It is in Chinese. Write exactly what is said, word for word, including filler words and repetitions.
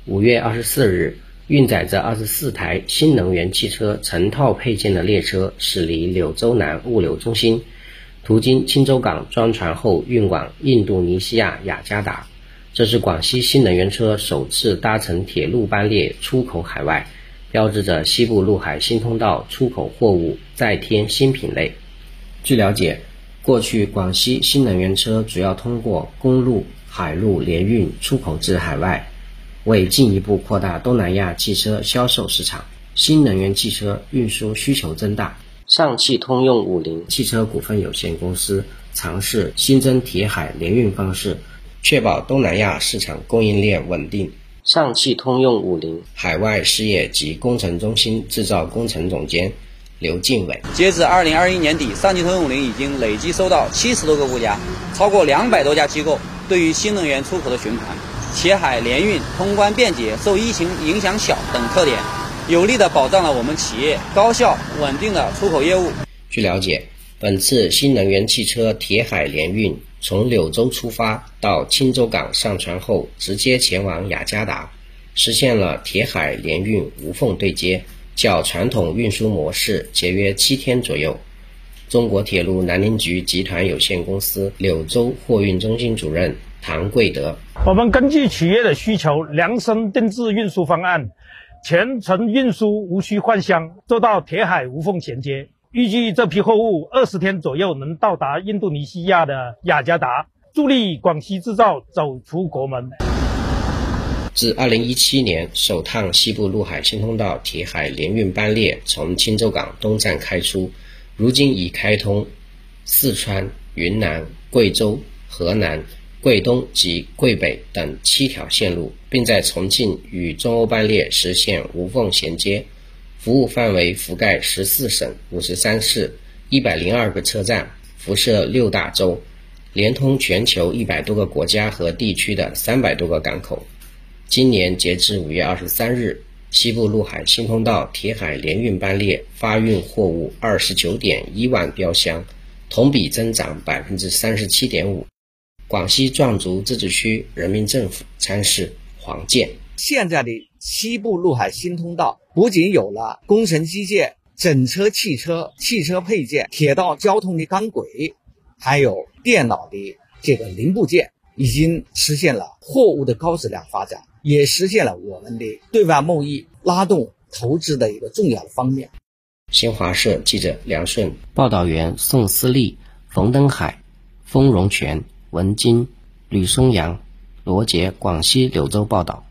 五月二十四日，运载着二十四台新能源汽车成套配件的列车驶离柳州南物流中心，途经钦州港装船后运往印度尼西亚雅加达。这是广西新能源车首次搭乘铁路班列出口海外，标志着西部陆海新通道出口货物再添新品类。据了解，过去广西新能源车主要通过公路、海路联运出口至海外，为进一步扩大东南亚汽车销售市场，新能源汽车运输需求增大。上汽通用五菱汽车股份有限公司尝试新增铁海联运方式，确保东南亚市场供应链稳定。上汽通用五菱海外事业及工程中心制造工程总监刘进伟， 截至二零二一年底，上汽通用五菱已经累计收到七十多个国家，超过两百多家机构对于新能源出口的询盘。铁海联运通关便捷、受疫情影响小等特点，有力地保障了我们企业高效稳定的出口业务。 据了解，本次新能源汽车铁海联运从柳州出发到钦州港上船后，直接前往雅加达，实现了铁海联运无缝对接，较传统运输模式节约七天左右。中国铁路南宁局集团有限公司柳州货运中心主任唐贵德， 我们根据企业的需求量身定制运输方案，全程运输无需换箱，做到铁海无缝衔接。预计这批货物二十天左右能到达印度尼西亚的雅加达，助力广西制造走出国门。 自二零一七年首趟西部陆海新通道铁海联运班列从钦州港东站开出，如今已开通四川、云南、贵州、河南、贵东及贵北等七条线路，并在重庆与中欧班列实现无缝衔接，服务范围覆盖十四省、五十三市、一百零二个车站，辐射六大洲，连通全球一百多个国家和地区的三百多个港口。今年截至五月二十三日，西部陆海新通道铁海联运班列发运货物二十九点一万标箱，同比增长百分之三十七点五。广西壮族自治区人民政府参事黄健， 现在的西部陆海新通道不仅有了工程机械、整车汽车、汽车配件、铁道交通的钢轨，还有电脑的这个零部件，已经实现了货物的高质量发展，也实现了我们的对外贸易拉动投资的一个重要的方面。 新华社记者梁顺，报道员宋思利、冯登海、封荣全、文金、吕松阳、罗杰，广西柳州报道。